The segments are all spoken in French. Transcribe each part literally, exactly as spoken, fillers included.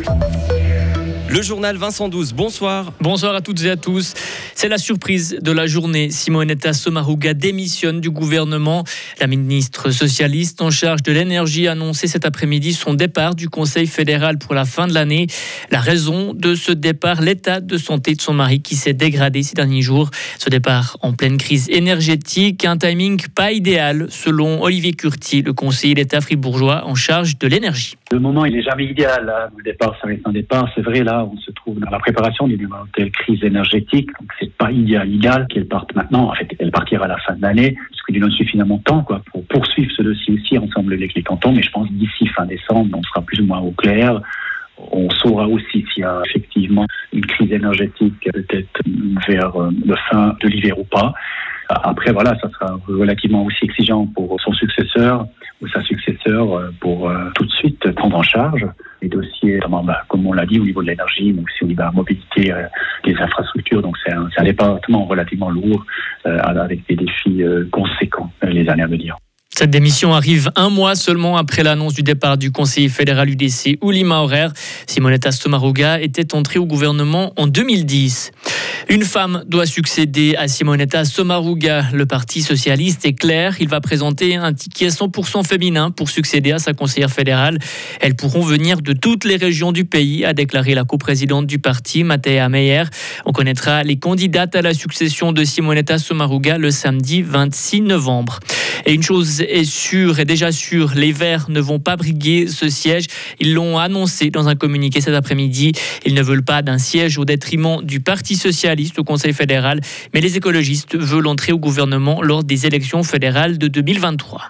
Le journal Vincent Douze, bonsoir. Bonsoir à toutes et à tous. C'est la surprise de la journée. Simonetta Sommaruga démissionne du gouvernement. La ministre socialiste en charge de l'énergie a annoncé cet après-midi son départ du Conseil fédéral pour la fin de l'année. La raison de ce départ, l'état de santé de son mari qui s'est dégradé ces derniers jours. Ce départ en pleine crise énergétique, un timing pas idéal selon Olivier Curti, le conseiller d'État fribourgeois en charge de l'énergie. Le moment, il n'est jamais idéal. Là. Le départ, ça reste un départ. C'est vrai, là, on se trouve dans la préparation d'une éventuelle crise énergétique. Donc, c'est pas idéal, idéal qu'elle parte maintenant. En fait, elle partira à la fin de l'année, parce qu'il donne suffisamment de temps, quoi, pour poursuivre ce dossier aussi ensemble avec les cantons. Mais je pense d'ici fin décembre, on sera plus ou moins au clair. On saura aussi s'il y a effectivement une crise énergétique, peut-être vers la fin de l'hiver ou pas. Après, voilà, ça sera relativement aussi exigeant pour son successeur ou sa successeur pour euh, tout de suite prendre en charge les dossiers, notamment, bah, comme on l'a dit, au niveau de l'énergie, mais aussi au niveau de la mobilité, euh, des infrastructures. Donc, c'est un, c'est un département relativement lourd euh, avec des défis euh, conséquents euh, les années à venir. Cette démission arrive un mois seulement après l'annonce du départ du conseiller fédéral U D C, Uli Maurer. Simonetta Sommaruga était entrée au gouvernement en deux mille dix. Une femme doit succéder à Simonetta Sommaruga. Le Parti socialiste est clair. Il va présenter un ticket cent pour cent féminin pour succéder à sa conseillère fédérale. Elles pourront venir de toutes les régions du pays, a déclaré la coprésidente du parti, Mattea Meyer. On connaîtra les candidates à la succession de Simonetta Sommaruga le samedi vingt-six novembre. Et une chose est sûre, et déjà sûre, les Verts ne vont pas briguer ce siège. Ils l'ont annoncé dans un communiqué cet après-midi. Ils ne veulent pas d'un siège au détriment du Parti socialiste au Conseil fédéral, mais les écologistes veulent entrer au gouvernement lors des élections fédérales de deux mille vingt-trois.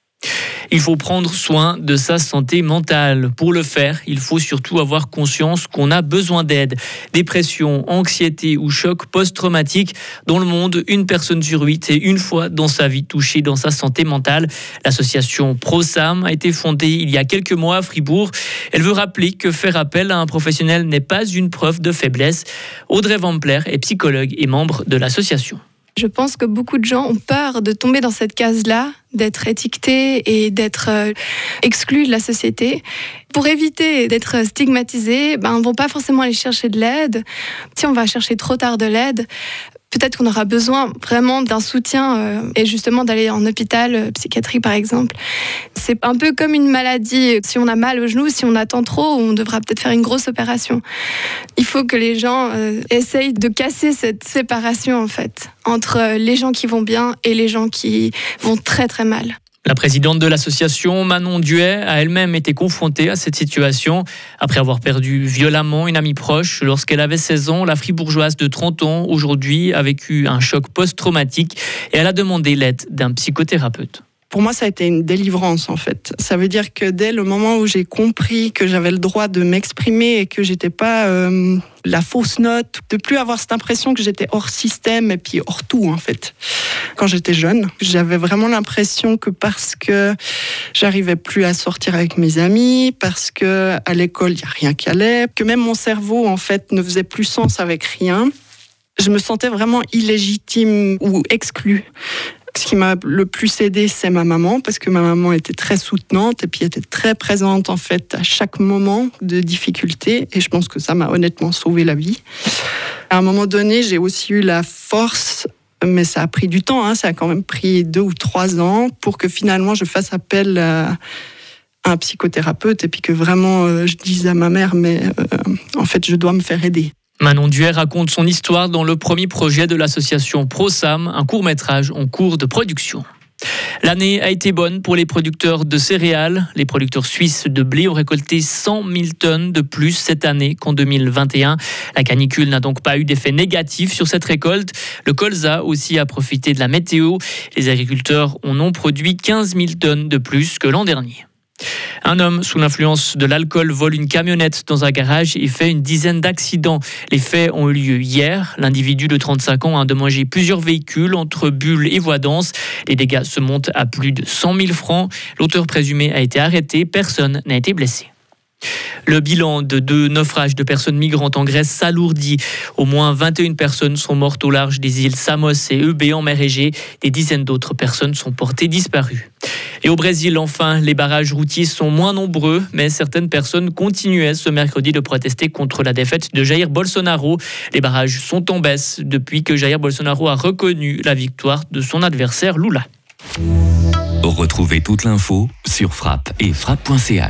Il faut prendre soin de sa santé mentale. Pour le faire, il faut surtout avoir conscience qu'on a besoin d'aide. Dépression, anxiété ou choc post-traumatique. Dans le monde, une personne sur huit est une fois dans sa vie touchée dans sa santé mentale. L'association ProSam a été fondée il y a quelques mois à Fribourg. Elle veut rappeler que faire appel à un professionnel n'est pas une preuve de faiblesse. Audrey Wampler est psychologue et membre de l'association. Je pense que beaucoup de gens ont peur de tomber dans cette case-là, d'être étiquetés et d'être euh, exclus de la société. Pour éviter d'être stigmatisés, ben, on ne va pas forcément aller chercher de l'aide. Si on va chercher trop tard de l'aide, peut-être qu'on aura besoin vraiment d'un soutien euh, et justement d'aller en hôpital, euh, psychiatrie par exemple. C'est un peu comme une maladie. Si on a mal au genou, si on attend trop, on devra peut-être faire une grosse opération. Il faut que les gens euh, essayent de casser cette séparation en fait, entre les gens qui vont bien et les gens qui vont très très mal. La présidente de l'association, Manon Duet, a elle-même été confrontée à cette situation. Après avoir perdu violemment une amie proche lorsqu'elle avait seize ans, la fribourgeoise de trente ans, aujourd'hui, a vécu un choc post-traumatique et elle a demandé l'aide d'un psychothérapeute. Pour moi, ça a été une délivrance, en fait. Ça veut dire que dès le moment où j'ai compris que j'avais le droit de m'exprimer et que j'étais pas euh, la fausse note, de plus avoir cette impression que j'étais hors système et puis hors tout, en fait. Quand j'étais jeune, j'avais vraiment l'impression que parce que j'arrivais plus à sortir avec mes amis, parce que à l'école, il y a rien qui allait, que même mon cerveau, en fait, ne faisait plus sens avec rien, je me sentais vraiment illégitime ou exclue. Ce qui m'a le plus aidée, c'est ma maman, parce que ma maman était très soutenante et puis était très présente en fait à chaque moment de difficulté. Et je pense que ça m'a honnêtement sauvé la vie. À un moment donné, j'ai aussi eu la force, mais ça a pris du temps, hein, ça a quand même pris deux ou trois ans pour que finalement je fasse appel à un psychothérapeute et puis que vraiment euh, je dise à ma mère, mais euh, en fait je dois me faire aider. Manon Duet raconte son histoire dans le premier projet de l'association ProSam, un court-métrage en cours de production. L'année a été bonne pour les producteurs de céréales. Les producteurs suisses de blé ont récolté cent mille tonnes de plus cette année qu'en deux mille vingt et un. La canicule n'a donc pas eu d'effet négatif sur cette récolte. Le colza aussi a profité de la météo. Les agriculteurs en ont produit quinze mille tonnes de plus que l'an dernier. Un homme sous l'influence de l'alcool vole une camionnette dans un garage et fait une dizaine d'accidents. Les faits ont eu lieu hier. L'individu de trente-cinq ans a endommagé plusieurs véhicules entre Bulle et Voidance. Les dégâts se montent à plus de cent mille francs. L'auteur présumé a été arrêté. Personne n'a été blessé. Le bilan de deux naufrages de personnes migrantes en Grèce s'alourdit. Au moins vingt et une personnes sont mortes au large des îles Samos et Eubée en mer Égée. Des dizaines d'autres personnes sont portées disparues. Et au Brésil, enfin, les barrages routiers sont moins nombreux, mais certaines personnes continuaient ce mercredi de protester contre la défaite de Jair Bolsonaro. Les barrages sont en baisse depuis que Jair Bolsonaro a reconnu la victoire de son adversaire Lula. Retrouvez toute l'info sur frappe et frappe point c h.